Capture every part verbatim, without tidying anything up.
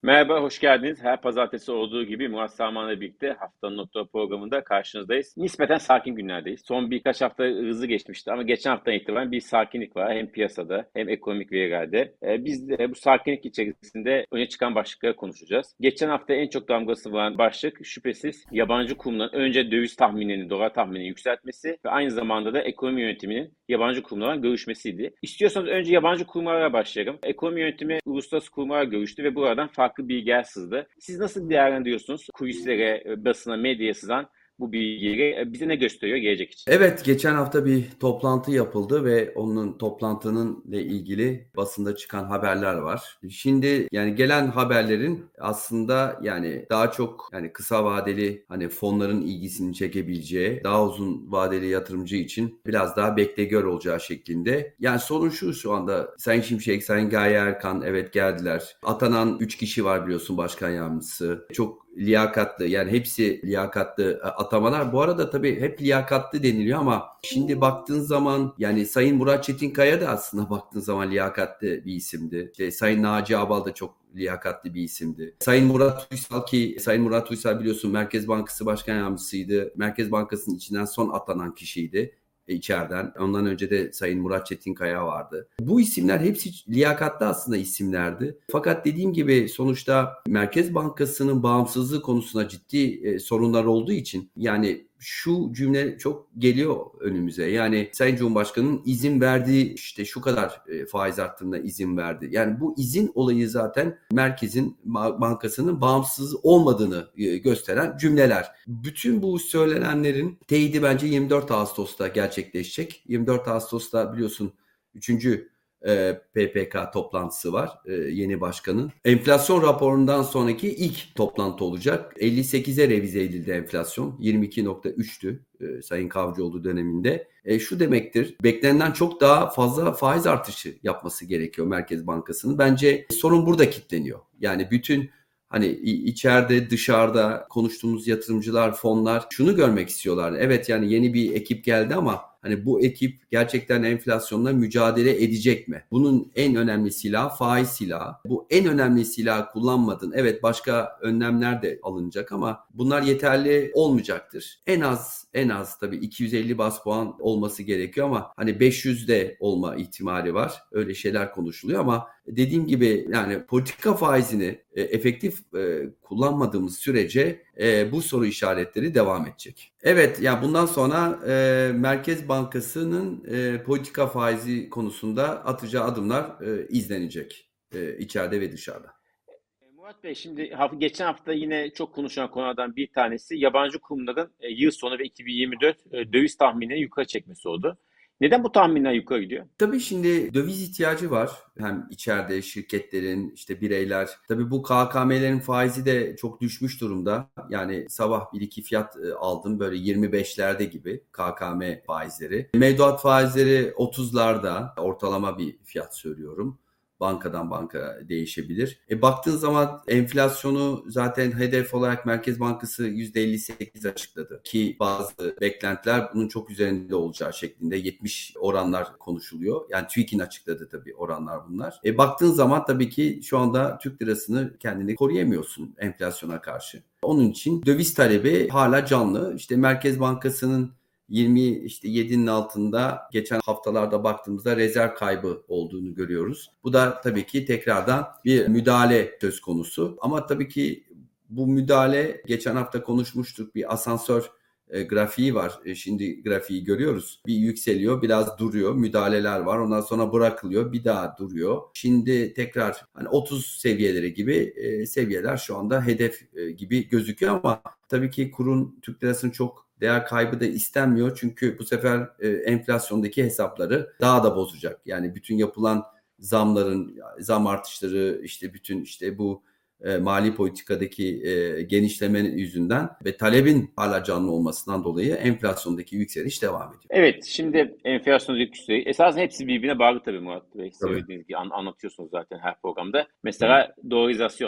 Merhaba, hoş geldiniz. Her pazartesi olduğu gibi Murat Sarman'la birlikte Haftanın Notları programında karşınızdayız. Nispeten sakin günlerdeyiz. Son birkaç hafta hızlı geçmişti ama geçen haftadan itibaren bir sakinlik var. Hem piyasada hem ekonomik verilerde. Ee, biz de bu sakinlik içerisinde öne çıkan başlıkları konuşacağız. Geçen hafta en çok damgası vuran başlık şüphesiz yabancı kurumların önce döviz tahminini, dolar tahminini yükseltmesi ve aynı zamanda da ekonomi yönetiminin yabancı kurumlarla görüşmesiydi. İstiyorsanız önce yabancı kurumlarla başlayalım. Ekonomi yönetimi uluslararası kurumlarla görüştü ve buradan farklı bilgiler sızdı. Siz nasıl değerlendiriyorsunuz kulislere, basına, medyaya sızan bu bilgileri? Bize ne gösteriyor gelecek için? Evet, geçen hafta bir toplantı yapıldı ve onun toplantının ile ilgili basında çıkan haberler var. Şimdi yani gelen haberlerin aslında yani daha çok yani kısa vadeli hani fonların ilgisini çekebileceği, daha uzun vadeli yatırımcı için biraz daha bekle gör olacağı şeklinde. Yani sorun şu şu anda Sayın Şimşek, Sayın Gaye Erkan evet geldiler. Atanan üç kişi var biliyorsun başkan yardımcısı. Çok liyakatlı yani hepsi liyakatlı atamalar. Bu arada tabii hep liyakatlı deniliyor ama şimdi baktığın zaman yani Sayın Murat Çetinkaya da aslında baktığın zaman liyakatlı bir isimdi. İşte Sayın Naci Ağbal da çok liyakatli bir isimdi. Sayın Murat Uysal ki Sayın Murat Uysal biliyorsun Merkez Bankası Başkan Yardımcısıydı. Merkez Bankası'nın içinden son atanan kişiydi içeriden. Ondan önce de Sayın Murat Çetinkaya vardı. Bu isimler hepsi liyakatlı aslında isimlerdi. Fakat dediğim gibi sonuçta Merkez Bankası'nın bağımsızlığı konusunda ciddi e, sorunlar olduğu için yani şu cümle çok geliyor önümüze. Yani Sayın Cumhurbaşkanı'nın izin verdiği işte şu kadar e, faiz arttırımına izin verdi. Yani bu izin olayı zaten Merkez'in bankasının bağımsız olmadığını e, gösteren cümleler. Bütün bu söylenenlerin teyidi bence yirmi dört Ağustos'ta gerçekleşecek. yirmi dört Ağustos'ta biliyorsun üçüncü E, P P K toplantısı var e, yeni başkanın. Enflasyon raporundan sonraki ilk toplantı olacak. elli sekize revize edildi enflasyon. yirmi iki nokta üçtü e, Sayın Kavcıoğlu döneminde. E, şu demektir, beklenenden çok daha fazla faiz artışı yapması gerekiyor Merkez Bankası'nın. Bence sorun burada kilitleniyor. Yani bütün hani içeride dışarıda konuştuğumuz yatırımcılar, fonlar şunu görmek istiyorlar. Evet yani yeni bir ekip geldi ama hani bu ekip gerçekten enflasyonla mücadele edecek mi? Bunun en önemli silahı faiz silahı. Bu en önemli silahı kullanmadın. Evet başka önlemler de alınacak ama bunlar yeterli olmayacaktır. En az en az tabii iki yüz elli bas puan olması gerekiyor ama hani beş yüz de olma ihtimali var. Öyle şeyler konuşuluyor ama dediğim gibi yani politika faizini e, efektif e, kullanmadığımız sürece e, bu soru işaretleri devam edecek. Evet yani bundan sonra e, Merkez Bankası'nın e, politika faizi konusunda atacağı adımlar e, izlenecek e, içeride ve dışarıda. Murat Bey, şimdi geçen hafta yine çok konuşulan konulardan bir tanesi yabancı kurumların e, yıl sonu ve iki bin yirmi dört e, döviz tahminini yukarı çekmesi oldu. Neden bu tahminler yukarı gidiyor? Tabii şimdi döviz ihtiyacı var. Hem içeride şirketlerin, işte bireyler. Tabii bu K K M'lerin faizi de çok düşmüş durumda. Yani sabah bir iki fiyat e, aldım böyle yirmi beşlerde gibi K K M faizleri. Mevduat faizleri otuzlarda ortalama bir fiyat söylüyorum. Bankadan banka değişebilir. E baktığın zaman enflasyonu zaten hedef olarak Merkez Bankası yüzde elli sekiz açıkladı. Ki bazı beklentiler bunun çok üzerinde olacağı şeklinde yetmiş oranlar konuşuluyor. Yani TÜİK'in açıkladığı tabii oranlar bunlar. E baktığın zaman tabii ki şu anda Türk lirasını kendini koruyamıyorsun enflasyona karşı. Onun için döviz talebi hala canlı. İşte Merkez Bankası'nın yirmi işte yedinin altında geçen haftalarda baktığımızda rezerv kaybı olduğunu görüyoruz. Bu da tabii ki tekrardan bir müdahale söz konusu. Ama tabii ki bu müdahale geçen hafta konuşmuştuk bir asansör e, grafiği var. E, şimdi grafiği görüyoruz. Bir yükseliyor, biraz duruyor. Müdahaleler var. Ondan sonra bırakılıyor, bir daha duruyor. Şimdi tekrar hani otuz seviyeleri gibi e, seviyeler şu anda hedef e, gibi gözüküyor ama tabii ki kurun Türk lirasının çok değer kaybı da istenmiyor. Çünkü bu sefer e, enflasyondaki hesapları daha da bozacak. Yani bütün yapılan zamların, zam artışları işte bütün işte bu e, mali politikadaki e, genişleme yüzünden ve talebin hala canlı olmasından dolayı enflasyondaki yükseliş devam ediyor. Evet, şimdi enflasyon yükseliyor. Esasında hepsi birbirine bağlı tabii Murat Bey. Tabii. Söylediğiniz gibi an- anlatıyorsunuz zaten her programda. Tabii. Mesela dolarizasyon.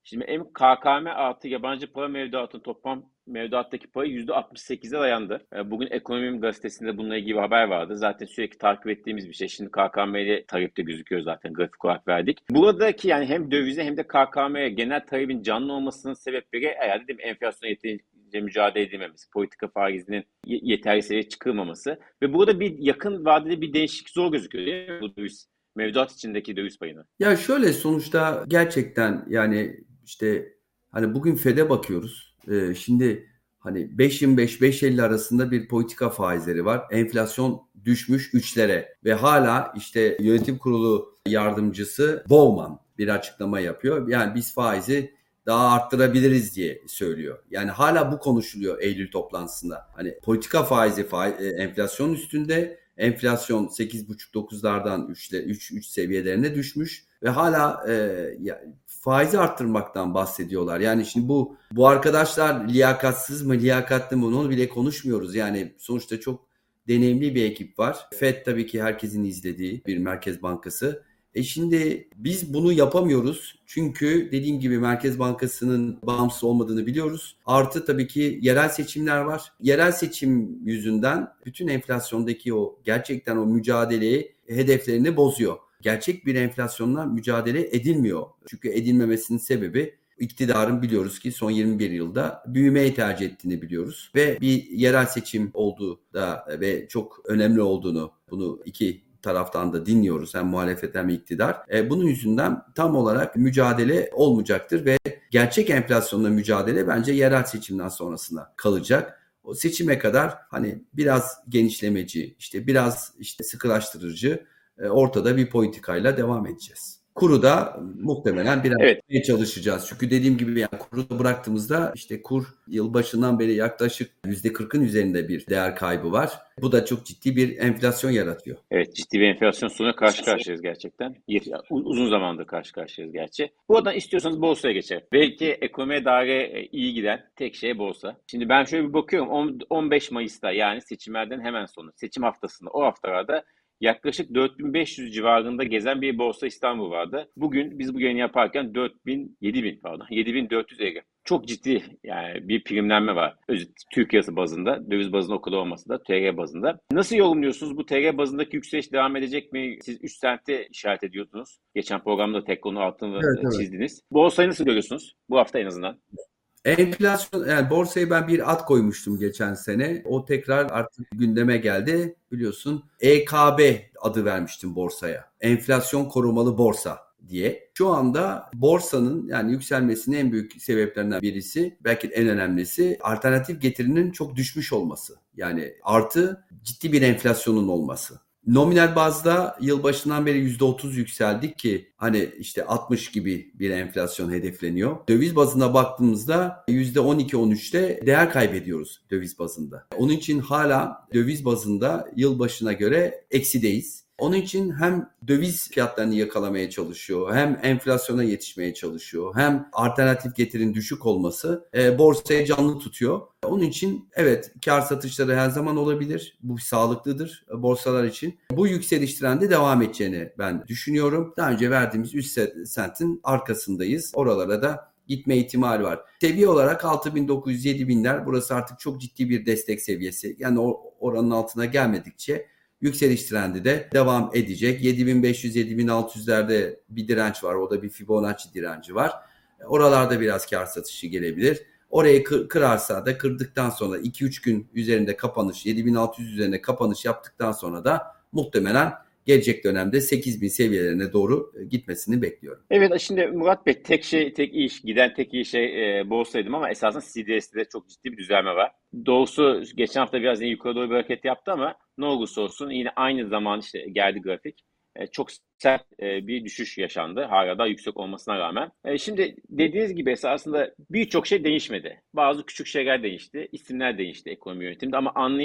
Şimdi hem K K M artı yabancı para mevduatının toplam mevduattaki payı yüzde altmış sekize dayandı. E, Bugün Ekonomim gazetesinde bununla ilgili bir haber vardı. Zaten sürekli takip ettiğimiz bir şey. Şimdi K K M'de tarifte gözüküyor zaten, grafik olarak verdik. Buradaki yani hem dövize hem de K K M'ye genel talebin canlı olmasının sebepleri herhalde değil mi? Enflasyona yeterince mücadele edilmemesi, politika faizinin yeterli seviyeye çıkılmaması ve burada bir yakın vadede bir değişiklik zor gözüküyor değil mi bu döviz? Mevduat içindeki döviz payını. Ya şöyle sonuçta gerçekten yani işte hani bugün Fed'e bakıyoruz. Ee, şimdi hani beş virgül yirmi beş beş virgül elli arasında bir politika faizleri var. Enflasyon düşmüş üçlere ve hala işte yönetim kurulu yardımcısı Bowman bir açıklama yapıyor. Yani biz faizi daha arttırabiliriz diye söylüyor. Yani hala bu konuşuluyor Eylül toplantısında. Hani politika faizi faiz, enflasyon üstünde. Enflasyon sekiz buçuk dokuzlardan üçle üç üç seviyelerine düşmüş ve hala e, ya, faizi arttırmaktan bahsediyorlar. Yani şimdi bu bu arkadaşlar liyakatsız mı, liyakatli mi onu bile konuşmuyoruz. Yani sonuçta çok deneyimli bir ekip var. Fed tabii ki herkesin izlediği bir merkez bankası. E şimdi biz bunu yapamıyoruz. Çünkü dediğim gibi Merkez Bankası'nın bağımsız olmadığını biliyoruz. Artı tabii ki yerel seçimler var. Yerel seçim yüzünden bütün enflasyondaki o gerçekten o mücadeleyi, hedeflerini bozuyor. Gerçek bir enflasyonla mücadele edilmiyor. Çünkü edilmemesinin sebebi iktidarın biliyoruz ki son yirmi bir yılda büyümeyi tercih ettiğini biliyoruz. Ve bir yerel seçim olduğu da ve çok önemli olduğunu bunu iki taraftan da dinliyoruz hem muhalefet hem iktidar. E, bunun yüzünden tam olarak mücadele olmayacaktır ve gerçek enflasyonla mücadele bence yerel seçimden sonrasına kalacak. O seçime kadar hani biraz genişlemeci, işte biraz işte sıkılaştırıcı e, ortada bir politikayla devam edeceğiz. Kuru da muhtemelen biraz Evet. çalışacağız. Çünkü dediğim gibi yani kuru da bıraktığımızda işte kur yılbaşından beri yaklaşık yüzde kırkın üzerinde bir değer kaybı var. Bu da çok ciddi bir enflasyon yaratıyor. Evet, ciddi bir enflasyon sorunuyla karşı karşıyayız gerçekten. Uzun zamandır karşı karşıyayız gerçi. Bu arada istiyorsanız borsaya geçelim. Belki ekonomiye dair iyi giden tek şey borsa. Şimdi ben şöyle bir bakıyorum. on beş Mayıs'ta yani seçimlerden hemen sonra, seçim haftasında, o haftalarda yaklaşık dört bin beş yüz civarında gezen bir Borsa İstanbul vardı. Bugün biz bu yayını yaparken dört bin, yedi bin pardon, yedi bin dört yüz elli. Çok ciddi yani bir primlenme var. Türkiye bazında, döviz bazında o kadar olmasa da T L bazında. Nasıl yorumluyorsunuz? Bu T L bazındaki yükseliş devam edecek mi? Siz üç sente işaret ediyordunuz. Geçen programda tek konu altını Evet, evet. çizdiniz. Borsayı nasıl görüyorsunuz? Bu hafta en azından. Enflasyon yani borsaya ben bir ad koymuştum geçen sene. O tekrar artık gündeme geldi. Biliyorsun E K B adı vermiştim borsaya. Enflasyon korumalı borsa diye. Şu anda borsanın yani yükselmesinin en büyük sebeplerinden birisi, belki en önemlisi alternatif getirinin çok düşmüş olması. Yani artı ciddi bir enflasyonun olması. Nominal bazda yılbaşından beri yüzde otuz yükseldik ki hani işte altmış gibi bir enflasyon hedefleniyor. Döviz bazına baktığımızda yüzde on iki on üçte değer kaybediyoruz döviz bazında. Onun için hala döviz bazında yılbaşına göre eksideyiz. Onun için hem döviz fiyatlarını yakalamaya çalışıyor, hem enflasyona yetişmeye çalışıyor, hem alternatif getirin düşük olması e, borsayı canlı tutuyor. Onun için evet kar satışları her zaman olabilir. Bu sağlıklıdır borsalar için. Bu yükseliş trendi devam edeceğini ben düşünüyorum. Daha önce verdiğimiz üç sentin arkasındayız. Oralara da gitme ihtimali var. Seviye olarak altı bin dokuz yüz yedi binler burası artık çok ciddi bir destek seviyesi. Yani oranın altına gelmedikçe yükseliş trendi de devam edecek. yedi bin beş yüz yedi bin altı yüzlerde bir direnç var. O da bir Fibonacci direnci var. Oralarda biraz kar satışı gelebilir. Orayı kırarsa da kırdıktan sonra iki üç gün üzerinde kapanış, yedi bin altı yüz üzerinde kapanış yaptıktan sonra da muhtemelen gelecek dönemde sekiz bin seviyelerine doğru gitmesini bekliyorum. Evet, şimdi Murat Bey, tek şey, tek iş, giden tek iyi şey e, borsaydım ama esasında C D S'de çok ciddi bir düzelme var. Doğrusu geçen hafta biraz yine yukarı doğru bir hareket yaptı ama ne olursa olsun yine aynı zaman işte geldi grafik. E, çok sert e, bir düşüş yaşandı. Hala da yüksek olmasına rağmen. E, şimdi dediğiniz gibi esasında birçok şey değişmedi. Bazı küçük şeyler değişti. İsimler değişti ekonomi yönetiminde ama anlayış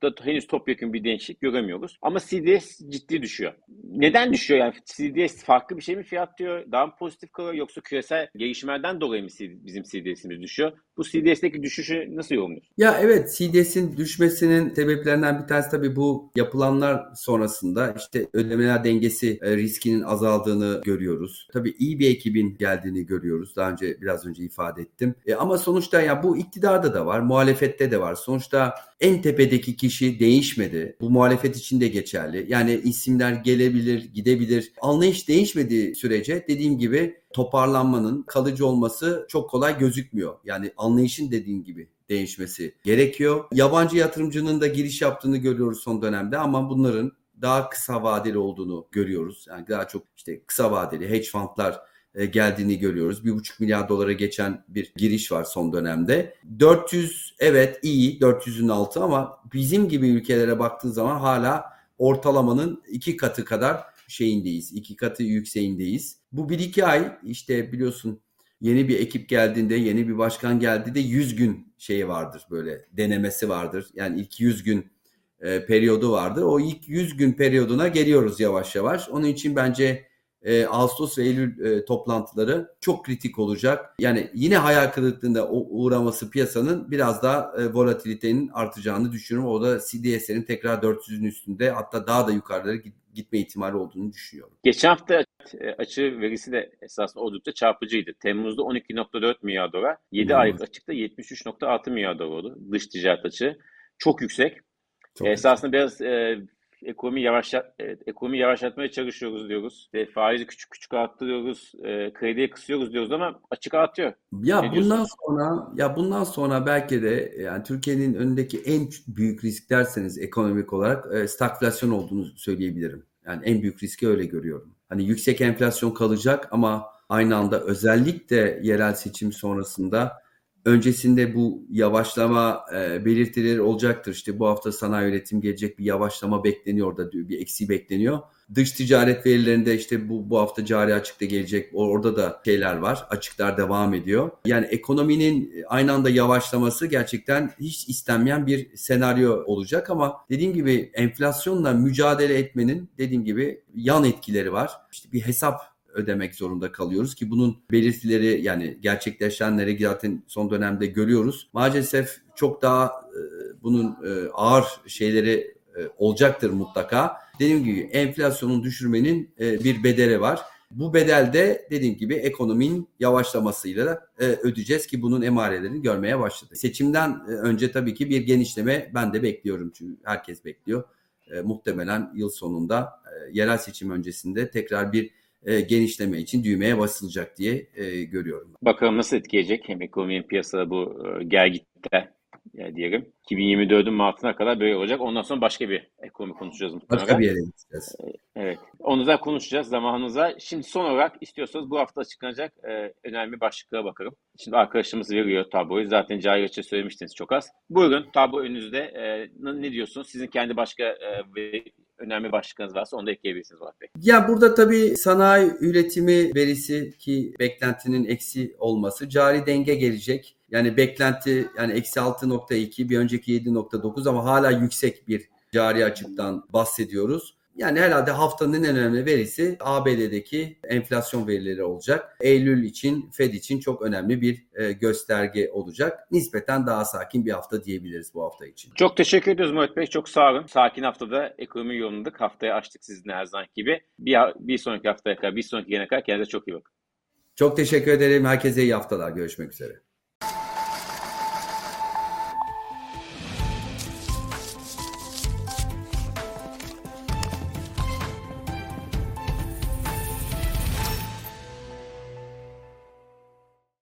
da henüz topyekun bir değişiklik göremiyoruz. Ama C D S ciddi düşüyor. Neden düşüyor? Yani C D S farklı bir şey mi fiyat diyor? Daha mı pozitif kalıyor? Yoksa küresel gelişmelerden dolayı mı bizim C D S'imiz düşüyor? Bu C D S'teki düşüşü nasıl yorumluyorsun? Ya evet, C D S'in düşmesinin sebeplerinden bir tanesi tabii bu yapılanlar sonrasında işte ödemeler dengesi riskinin azaldığını görüyoruz. Tabii iyi bir ekibin geldiğini görüyoruz. Daha önce biraz önce ifade ettim. E ama sonuçta ya bu iktidarda da var, muhalefette de var. Sonuçta en tepedeki kişi değişmedi. Bu muhalefet için de geçerli. Yani isimler gelebilir, gidebilir. Anlayış değişmediği sürece dediğim gibi toparlanmanın kalıcı olması çok kolay gözükmüyor. Yani anlayışın dediğin gibi değişmesi gerekiyor. Yabancı yatırımcının da giriş yaptığını görüyoruz son dönemde ama bunların daha kısa vadeli olduğunu görüyoruz. Yani daha çok işte kısa vadeli hedge fundlar geldiğini görüyoruz. bir buçuk milyar dolara geçen bir giriş var son dönemde. dört yüz evet iyi, dört yüzün altı ama bizim gibi ülkelere baktığın zaman hala ortalamanın iki katı kadar şeyindeyiz. iki katı yükseğindeyiz. Bu bir iki ay işte biliyorsun yeni bir ekip geldiğinde, yeni bir başkan geldiğinde yüz gün şeyi vardır, böyle denemesi vardır. Yani ilk yüz gün e, periyodu vardır. O ilk yüz gün periyoduna geliyoruz yavaş yavaş. Onun için bence e, Ağustos ve Eylül e, toplantıları çok kritik olacak. Yani yine hayal kırıklığında uğraması piyasanın biraz daha e, volatilitenin artacağını düşünüyorum. O da C D S'lerin tekrar dört yüzün üstünde, hatta daha da yukarılara gitme ihtimali olduğunu düşünüyorum. Geçen hafta açığı verisi de esasında oldukça çarpıcıydı. Temmuz'da on iki nokta dört milyar dolar, yedi aylık açıkta yetmiş üç nokta altı milyar dolar oldu. Dış ticaret açığı çok yüksek. Çok esasında yüksek. Biraz e, ekonomi yavaşlat e, ekonomi yavaşlatmaya çalışıyoruz diyoruz. E, faizi küçük küçük arttırıyoruz, e, krediye kısıyoruz diyoruz ama açık artıyor. Ya ne bundan diyorsunuz? sonra ya bundan sonra belki de yani Türkiye'nin önündeki en büyük risk derseniz ekonomik olarak e, stagflasyon olduğunu söyleyebilirim. Yani en büyük riski öyle görüyorum. Hani yüksek enflasyon kalacak ama aynı anda özellikle yerel seçim sonrasında öncesinde bu yavaşlama e, belirtileri olacaktır. İşte bu hafta sanayi üretim gelecek, bir yavaşlama bekleniyor, orada bir eksi bekleniyor. Dış ticaret verilerinde işte bu bu hafta cari açıkta gelecek. Orada da şeyler var. Açıklar devam ediyor. Yani ekonominin aynı anda yavaşlaması gerçekten hiç istenmeyen bir senaryo olacak ama dediğim gibi enflasyonla mücadele etmenin dediğim gibi yan etkileri var. İşte bir hesap ödemek zorunda kalıyoruz ki bunun belirtileri, yani gerçekleşenleri zaten son dönemde görüyoruz. Maalesef çok daha e, bunun e, ağır şeyleri e, olacaktır mutlaka. Dediğim gibi enflasyonun düşürmenin e, bir bedeli var. Bu bedel de dediğim gibi ekonominin yavaşlamasıyla da e, ödeyeceğiz ki bunun emarelerini görmeye başladık. Seçimden önce tabii ki bir genişleme ben de bekliyorum, çünkü herkes bekliyor. E, muhtemelen yıl sonunda e, yerel seçim öncesinde tekrar bir E, genişleme için düğmeye basılacak diye e, görüyorum. Bakalım nasıl etkileyecek hem ekonomi hem piyasada bu e, gerginlikler e, diyelim. iki bin yirmi dördün Mart'ına kadar böyle olacak. Ondan sonra başka bir ekonomi konuşacağız muhtemelen. Başka bir yere gideceğiz. E, evet. Onu da konuşacağız zamanınıza. Şimdi son olarak istiyorsanız bu hafta açıklanacak e, önemli başlıklara bakalım. Şimdi arkadaşımız veriyor tabloyu. Zaten cari açığı söylemiştiniz çok az. Buyurun, tablo önünüzde. E, ne diyorsunuz? Sizin kendi başka e, ve önemli başlıklarınız varsa onu da ekleyebilirsiniz Murat Bey. Ya burada tabii sanayi üretimi verisi ki beklentinin eksi olması, cari denge gelecek. Yani beklenti yani eksi altı nokta iki, bir önceki yedi nokta dokuz ama hala yüksek bir cari açıktan bahsediyoruz. Yani herhalde haftanın en önemli verisi A B D'deki enflasyon verileri olacak. Eylül için, Fed için çok önemli bir e, gösterge olacak. Nispeten daha sakin bir hafta diyebiliriz bu hafta için. Çok teşekkür ediyoruz Murat Bey. Çok sağ olun. Sakin haftada ekonomi yorumladık. Haftaya açtık sizinle her zaman gibi. Bir, bir sonraki haftaya kadar, bir sonraki gene kadar kendinize çok iyi bakın. Çok teşekkür ederim. Herkese iyi haftalar. Görüşmek üzere.